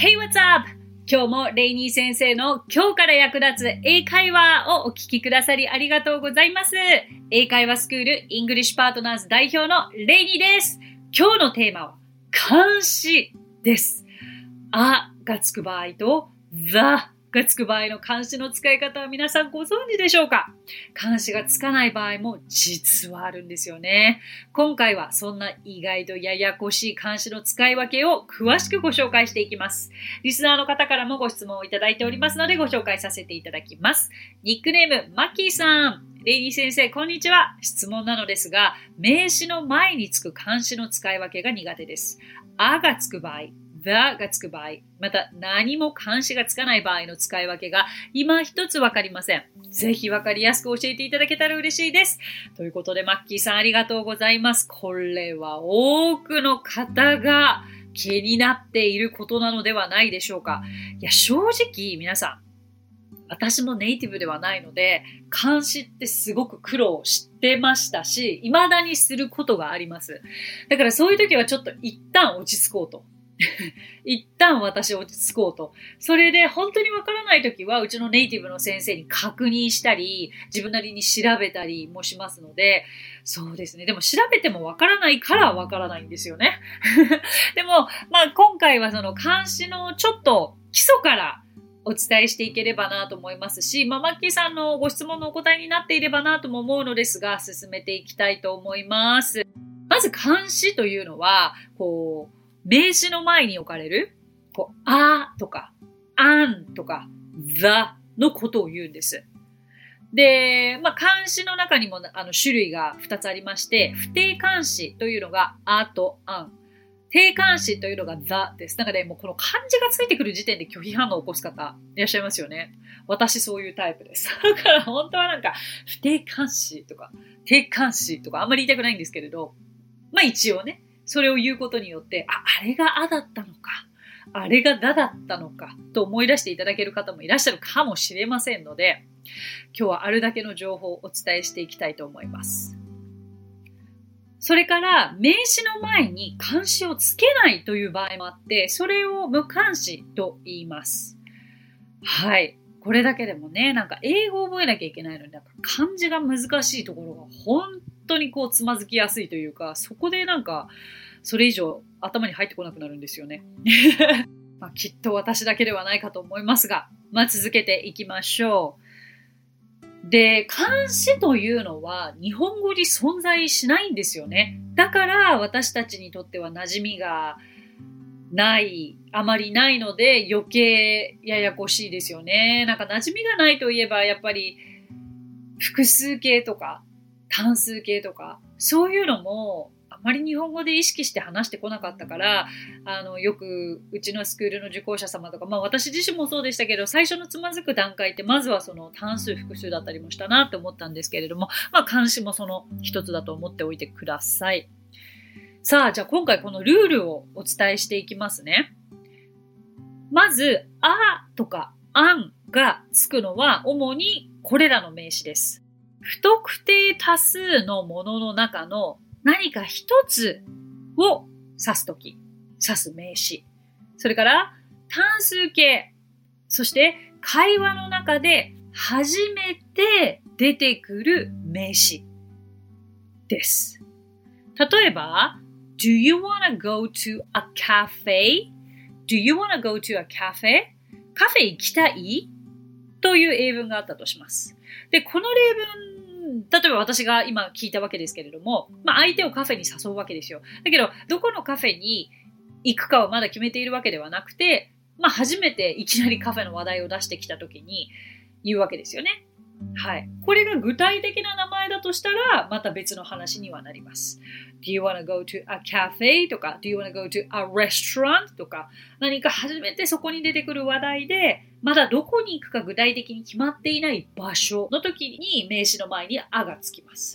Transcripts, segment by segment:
Hey, what's up? 今日もレイニー先生の今日から役立つ英会話をお聞きくださりありがとうございます。英会話スクールイングリッシュパートナーズ代表のレイニーです。今日のテーマは監視です。あがつく場合と the がつく場合の監視の使い方は皆さんご存知でしょうか？監視がつかない場合も実はあるんですよね。今回はそんな意外とややこしい監視の使い分けを詳しくご紹介していきます。リスナーの方からもご質問をいただいておりますのでご紹介させていただきます。ニックネームマッキーさん。レイニー先生、こんにちは。質問なのですが、名詞の前につく監視の使い分けが苦手です。あがつく場合、the がつく場合、また何も監視がつかない場合の使い分けが今一つわかりません。ぜひわかりやすく教えていただけたら嬉しいです。ということで、マッキーさんありがとうございます。これは多くの方が気になっていることなのではないでしょうか。いや、正直皆さん、私もネイティブではないので、監視ってすごく苦労してましたし、未だにすることがあります。だからそういう時はちょっと一旦落ち着こうと。一旦私落ち着こうと。それで本当にわからない時はうちのネイティブの先生に確認したり、自分なりに調べたりもしますので、そうですね。でも調べてもわからないからわからないんですよね。でも、今回はその監視のちょっと基礎からお伝えしていければなと思いますし、マッキーさんのご質問のお答えになっていればなとも思うのですが、進めていきたいと思います。まず監視というのは、名詞の前に置かれる、あとか、あんとか、the のことを言うんです。で、監視の中にも種類が2つありまして、不定監視というのがあとあん。定監視というのが the です。なんかね、もうこの漢字がついてくる時点で拒否反応を起こす方いらっしゃいますよね。私そういうタイプです。だから本当は不定監視とか、定監視とかあんまり言いたくないんですけれど、一応ね、それを言うことによって、あれがあだったのか、あれがだだったのかと思い出していただける方もいらっしゃるかもしれませんので、今日はあるだけの情報をお伝えしていきたいと思います。それから名詞の前に監視をつけないという場合もあって、それを無監視と言います。はい。これだけでもね、英語を覚えなきゃいけないのに漢字が難しいところが本当につまずきやすいというか、そこでそれ以上頭に入ってこなくなるんですよね。きっと私だけではないかと思いますが、続けていきましょう。で、監視というのは日本語に存在しないんですよね。だから私たちにとっては馴染みがあまりないので余計ややこしいですよね。馴染みがないといえばやっぱり複数形とか単数形とかそういうのもあまり日本語で意識して話してこなかったからよくうちのスクールの受講者様とか私自身もそうでしたけど最初のつまずく段階ってまずはその単数複数だったりもしたなって思ったんですけれども監視もその一つだと思っておいてください。さあじゃあ今回このルールをお伝えしていきますね。まずあとかあんがつくのは主にこれらの名詞です。不特定多数のものの中の何か一つを指すとき、指す名詞。それから単数形。そして会話の中で初めて出てくる名詞です。例えば、Do you wanna go to a cafe? Do you wanna go to a cafe? カフェ行きたいという英文があったとします。で、この例文、例えば私が今聞いたわけですけれども、相手をカフェに誘うわけですよ。だけど、どこのカフェに行くかはまだ決めているわけではなくて、初めていきなりカフェの話題を出してきたときに言うわけですよね。はい。これが具体的な名前だとしたら、また別の話にはなります。Do you wanna go to a cafe? とか、Do you wanna go to a restaurant? とか、何か初めてそこに出てくる話題で、まだどこに行くか具体的に決まっていない場所の時に名詞の前にあがつきます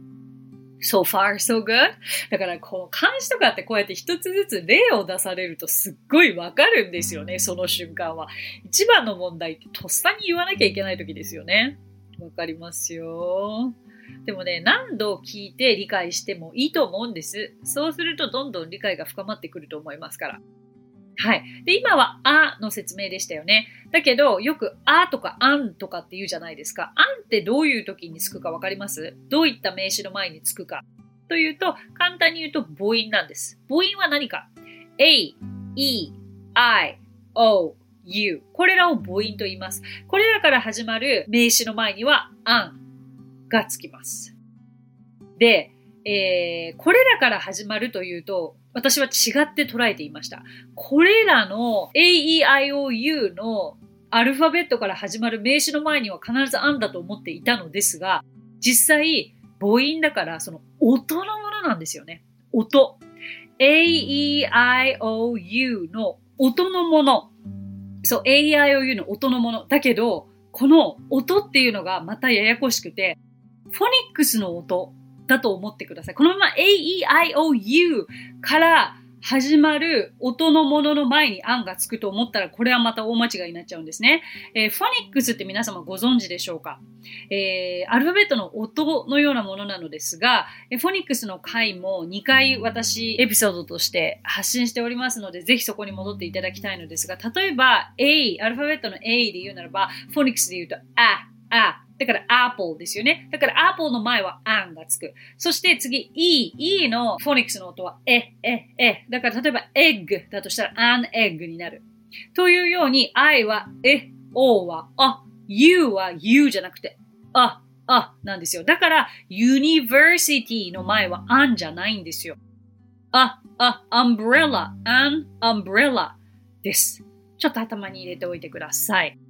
。So far, so good? だから、この漢詞とかってこうやって一つずつ例を出されるとすっごいわかるんですよね、その瞬間は。一番の問題ってとっさに言わなきゃいけない時ですよね。わかりますよ。でもね、何度聞いて理解してもいいと思うんです。そうするとどんどん理解が深まってくると思いますから。 はい。で、今はあの説明でしたよね。だけど、よくあとかあんとかって言うじゃないですか。あんってどういう時につくかわかります？どういった名詞の前につくか。というと、簡単に言うと母音なんです。母音は何か？ A, E, I, O, U。これらを母音と言います。これらから始まる名詞の前にはあんがつきます。で、これらから始まるというと、私は違って捉えていました。これらの A-E-I-O-U のアルファベットから始まる名詞の前には必ずあんだと思っていたのですが、実際母音だからその音のものなんですよね。音。A-E-I-O-U の音のもの。そう、A-E-I-O-U の音のもの。だけど、この音っていうのがまたややこしくて、フォニックスの音だと思ってください。このまま A-E-I-O-U から始まる音のものの前にあんがつくと思ったら、これはまた大間違いになっちゃうんですね。フォニックスって皆様ご存知でしょうか？アルファベットの音のようなものなのですが、フォニックスの回も2回私エピソードとして発信しておりますので、ぜひそこに戻っていただきたいのですが、例えば A、アルファベットの A で言うならば、フォニックスで言うとだから Apple ですよね。だから Apple の前は an がつく。そして次 E のフォニックスの音はだから例えば egg だとしたら an egg になる。というように I はO はU は U じゃなくてなんですよ。だから University の前は an じゃないんですよ。umbrella, an umbrella です。ちょっと頭に入れておいてください。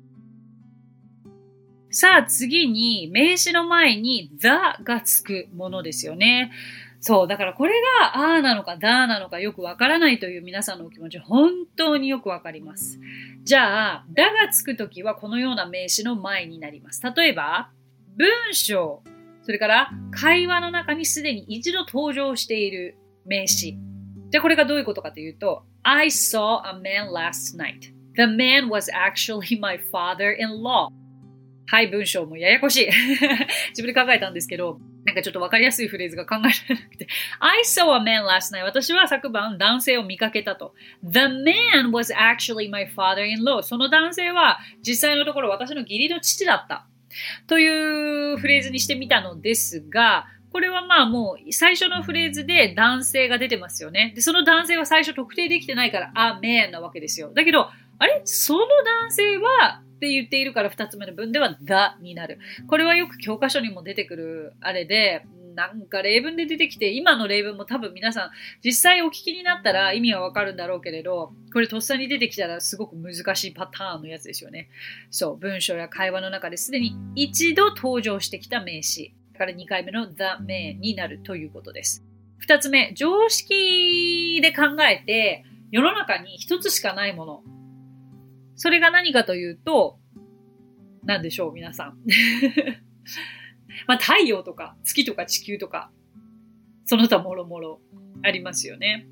さあ次に名詞の前に the がつくものですよね。そう、だからこれがなのかだなのかよくわからないという皆さんのお気持ち本当によくわかります。じゃあ、だがつくときはこのような名詞の前になります。例えば、文章、それから会話の中にすでに一度登場している名詞。じゃあこれがどういうことかというと、I saw a man last night. The man was actually my father-in-law.はい、文章もややこしい。自分で考えたんですけど、なんかちょっとわかりやすいフレーズが考えられなくて。I saw a man last night. 私は昨晩男性を見かけたと。The man was actually my father-in-law. その男性は実際のところ私の義理の父だった。というフレーズにしてみたのですが、これはまあもう最初のフレーズで男性が出てますよね。で、その男性は最初特定できてないから、a man なわけですよ。だけど、その男性はって言っているから2つ目の文では the になる。これはよく教科書にも出てくるあれで、なんか例文で出てきて、今の例文も多分皆さん実際お聞きになったら意味はわかるんだろうけれど、これとっさに出てきたらすごく難しいパターンのやつですよね。そう、文章や会話の中ですでに一度登場してきた名詞。だから2回目の the man になるということです。2つ目、常識で考えて世の中に1つしかないもの。それが何かというと、何でしょう、皆さん。まあ、太陽とか月とか地球とか、その他もろもろありますよね。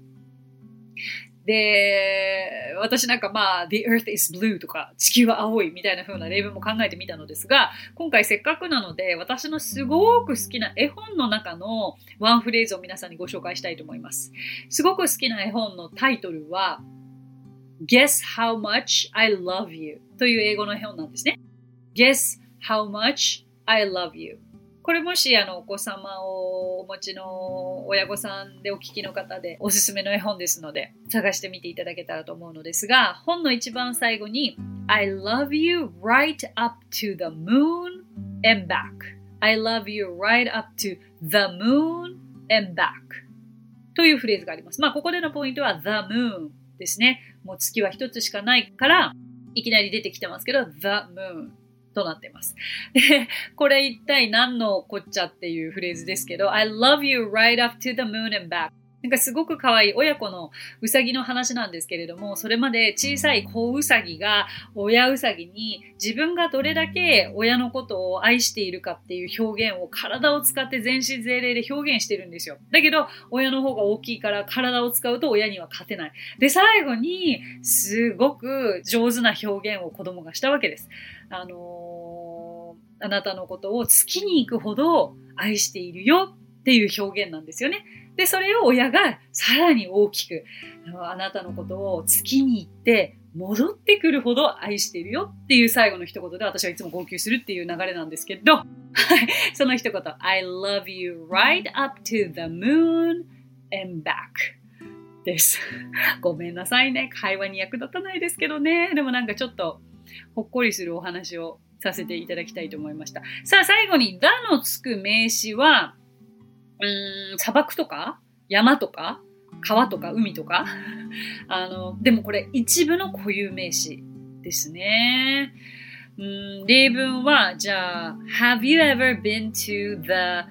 で、私なんかまあ、The Earth is blue とか、地球は青いみたいな風な例文も考えてみたのですが、今回せっかくなので、私のすごく好きな絵本の中のワンフレーズを皆さんにご紹介したいと思います。すごく好きな絵本のタイトルは、Guess how much I love you という英語の絵本なんですね。Guess how much I love you。これもしお子様をお持ちの親御さんでお聞きの方でおすすめの絵本ですので探してみていただけたらと思うのですが、本の一番最後に I love you right up to the moon and back。 I love you right up to the moon and back というフレーズがあります。まあここでのポイントは the moon ですね。もう月は一つしかないからいきなり出てきてますけど the moonとなっています。で、これ一体何のこっちゃっていうフレーズですけど、I love you right up to the moon and back。なんかすごく可愛い親子のうさぎの話なんですけれども、それまで小さい子うさぎが親うさぎに自分がどれだけ親のことを愛しているかっていう表現を体を使って全身全霊で表現してるんですよ。だけど親の方が大きいから体を使うと親には勝てない。で、最後にすごく上手な表現を子供がしたわけです。あなたのことを月に行くほど愛しているよっていう表現なんですよね。 で、それを親がさらに大きく、あなたのことを月に行って戻ってくるほど愛しているよっていう最後の一言で私はいつも号泣するっていう流れなんですけど、その一言、I love you right up to the moon and back です。ごめんなさいね。会話に役立たないですけどね。でもなんかちょっとほっこりするお話をさせていただきたいと思いました。さあ最後に、だのつく名詞は、砂漠とか山とか川とか海とかでもこれ一部の固有名詞ですね。例文はじゃあ Have you ever been to the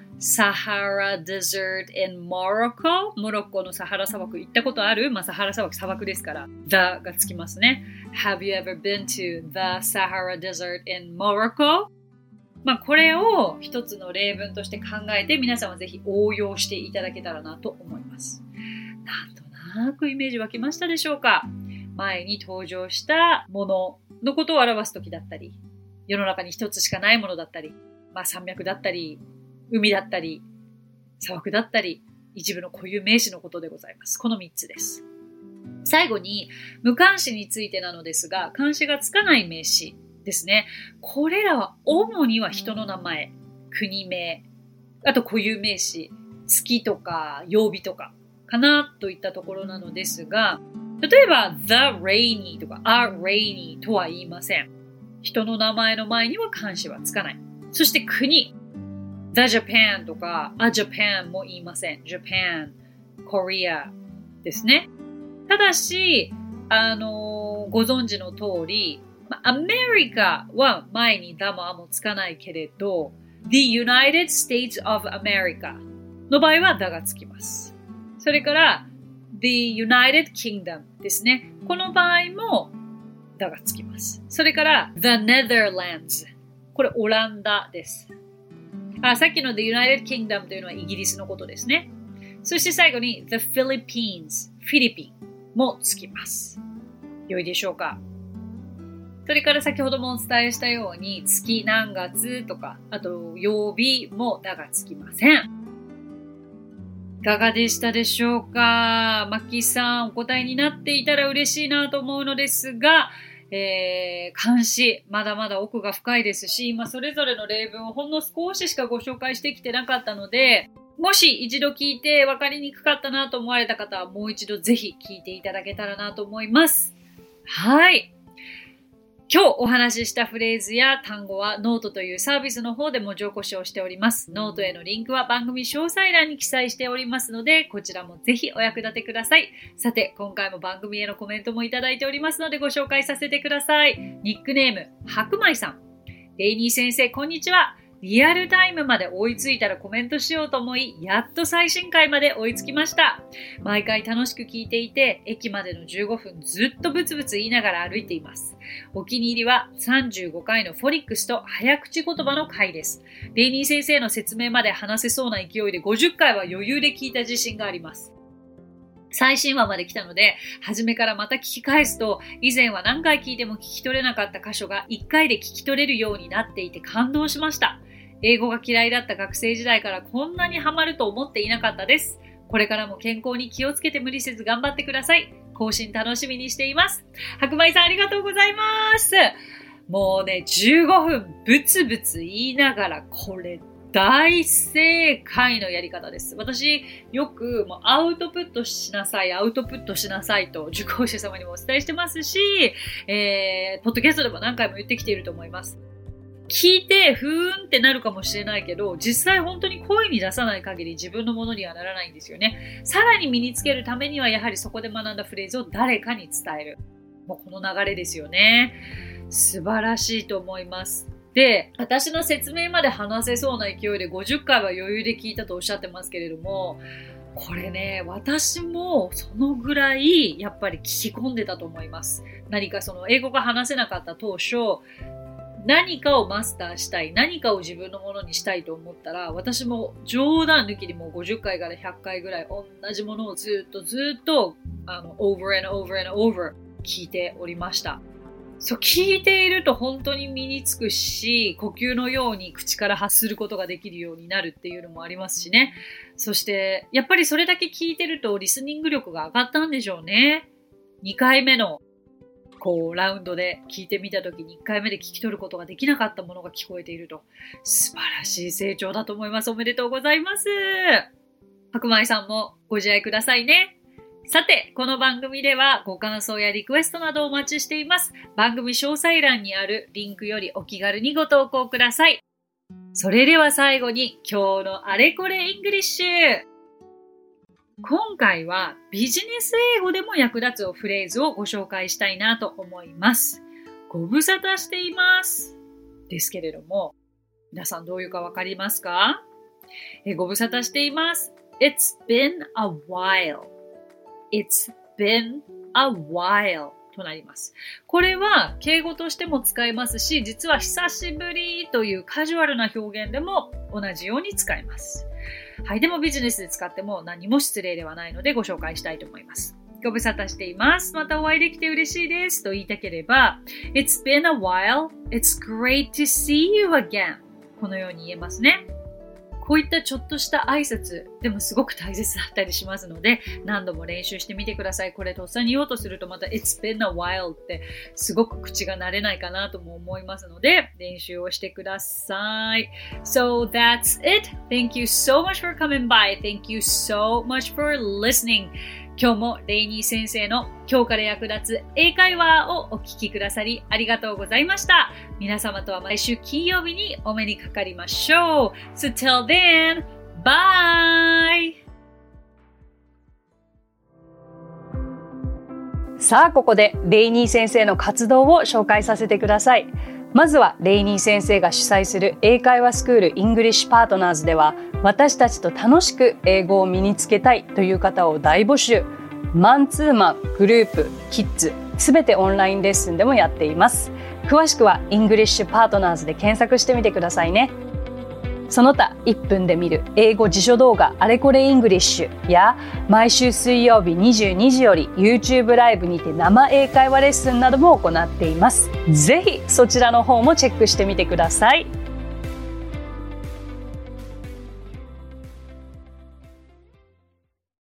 Sahara Desert in Morocco? モロッコのサハラ砂漠行ったことある？サハラ砂漠ですから The がつきますね。Have you ever been to the Sahara Desert in Morocco?これを一つの例文として考えて皆さんはぜひ応用していただけたらなと思います。なんとなくイメージ湧きましたでしょうか？前に登場したもののことを表すときだったり、世の中に一つしかないものだったり、山脈だったり、海だったり、砂漠だったり、一部の固有名詞のことでございます。この3つです。最後に無冠詞についてなのですが、冠詞がつかない名詞ですね。これらは主には人の名前、国名、あと固有名詞、月とか曜日とかかなといったところなのですが、例えば The rainy とか A rainy とは言いません。人の名前の前には冠詞はつかない。そして国、The Japan とか A Japan も言いません。Japan、Korea ですね。ただし、ご存知の通り、アメリカは前にだもあもつかないけれど、The United States of America の場合はだがつきます。それから、The United Kingdom ですね。この場合もだがつきます。それから、The Netherlands。これオランダです。さっきの The United Kingdom というのはイギリスのことですね。そして最後に The Philippines。フィリピンもつきます。良いでしょうか？それから先ほどもお伝えしたように月何月とか、あと曜日もだがつきません。いかがでしたでしょうか？マッキーさんお答えになっていたら嬉しいなと思うのですが、漢詩まだまだ奥が深いですし、今それぞれの例文をほんの少ししかご紹介してきてなかったので、もし一度聞いて分かりにくかったなと思われた方はもう一度ぜひ聞いていただけたらなと思います。はい。今日お話ししたフレーズや単語はノートというサービスの方で文字起こしをしております。ノートへのリンクは番組詳細欄に記載しておりますので、こちらもぜひお役立てください。さて、今回も番組へのコメントもいただいておりますのでご紹介させてください。ニックネーム、白米さん。レイニー先生、こんにちは。リアルタイムまで追いついたらコメントしようと思い、やっと最新回まで追いつきました。毎回楽しく聞いていて、駅までの15分ずっとブツブツ言いながら歩いています。お気に入りは35回のフォニックスと早口言葉の回です。レイニー先生の説明まで話せそうな勢いで50回は余裕で聞いた自信があります。最新話まで来たので、初めからまた聞き返すと、以前は何回聞いても聞き取れなかった箇所が1回で聞き取れるようになっていて感動しました。英語が嫌いだった学生時代からこんなにハマると思っていなかったです。これからも健康に気をつけて無理せず頑張ってください。更新楽しみにしています。白米さんありがとうございます。もうね、15分ブツブツ言いながら、これ大正解のやり方です。私、よくもうアウトプットしなさいと受講者様にもお伝えしてますし、ポッドキャストでも何回も言ってきていると思います。聞いてふーんってなるかもしれないけど、実際本当に声に出さない限り自分のものにはならないんですよね。さらに身につけるためにはやはりそこで学んだフレーズを誰かに伝える。もうこの流れですよね。素晴らしいと思います。で、私の説明まで話せそうな勢いで50回は余裕で聞いたとおっしゃってますけれども、これね、私もそのぐらいやっぱり聞き込んでたと思います。何かその英語が話せなかった当初、何かをマスターしたい、何かを自分のものにしたいと思ったら、私も冗談抜きにもう50回から100回ぐらい同じものをずっとover and over and over 聞いておりました。 そう、聞いていると本当に身につくし、呼吸のように口から発することができるようになるっていうのもありますしね。そして、やっぱりそれだけ聞いてるとリスニング力が上がったんでしょうね。2回目のラウンドで聞いてみたときに1回目で聞き取ることができなかったものが聞こえていると。素晴らしい成長だと思います。おめでとうございます。白米さんもご自愛くださいね。さて、この番組ではご感想やリクエストなどをお待ちしています。番組詳細欄にあるリンクよりお気軽にご投稿ください。それでは最後に今日のあれこれイングリッシュ。今回はビジネス英語でも役立つフレーズをご紹介したいなと思います。ご無沙汰しています。ですけれども、皆さんどういうかわかりますか？ご無沙汰しています。It's been a while.It's been a while となります。これは敬語としても使えますし、実は久しぶりというカジュアルな表現でも同じように使えます。はい、でもビジネスで使っても何も失礼ではないのでご紹介したいと思います。ご無沙汰しています。またお会いできて嬉しいですと言いたければ、It's been a while. It's great to see you again. このように言えますね。こういったちょっとした挨拶でもすごく大切だったりしますので、何度も練習してみてください。これとっさに言おうとするとまた It's been a while ってすごく口が慣れないかなとも思いますので、練習をしてください。So that's it. Thank you so much for coming by. Thank you so much for listening. 今日もレイニー先生の今日から役立つ英会話をお聞きくださりありがとうございました。皆様とは毎週金曜日にお目にかかりましょう。So till then, bye! さあ、ここでレイニー先生の活動を紹介させてください。まずはレイニー先生が主催する英会話スクールイングリッシュパートナーズでは、私たちと楽しく英語を身につけたいという方を大募集。マンツーマン、グループ、キッズ、すべてオンラインレッスンでもやっています。詳しくはイングリッシュパートナーズで検索してみてくださいね。その他1分で見る英語辞書動画あれこれイングリッシュや毎週水曜日22時より YouTube ライブにて生英会話レッスンなども行っています。ぜひそちらの方もチェックしてみてください。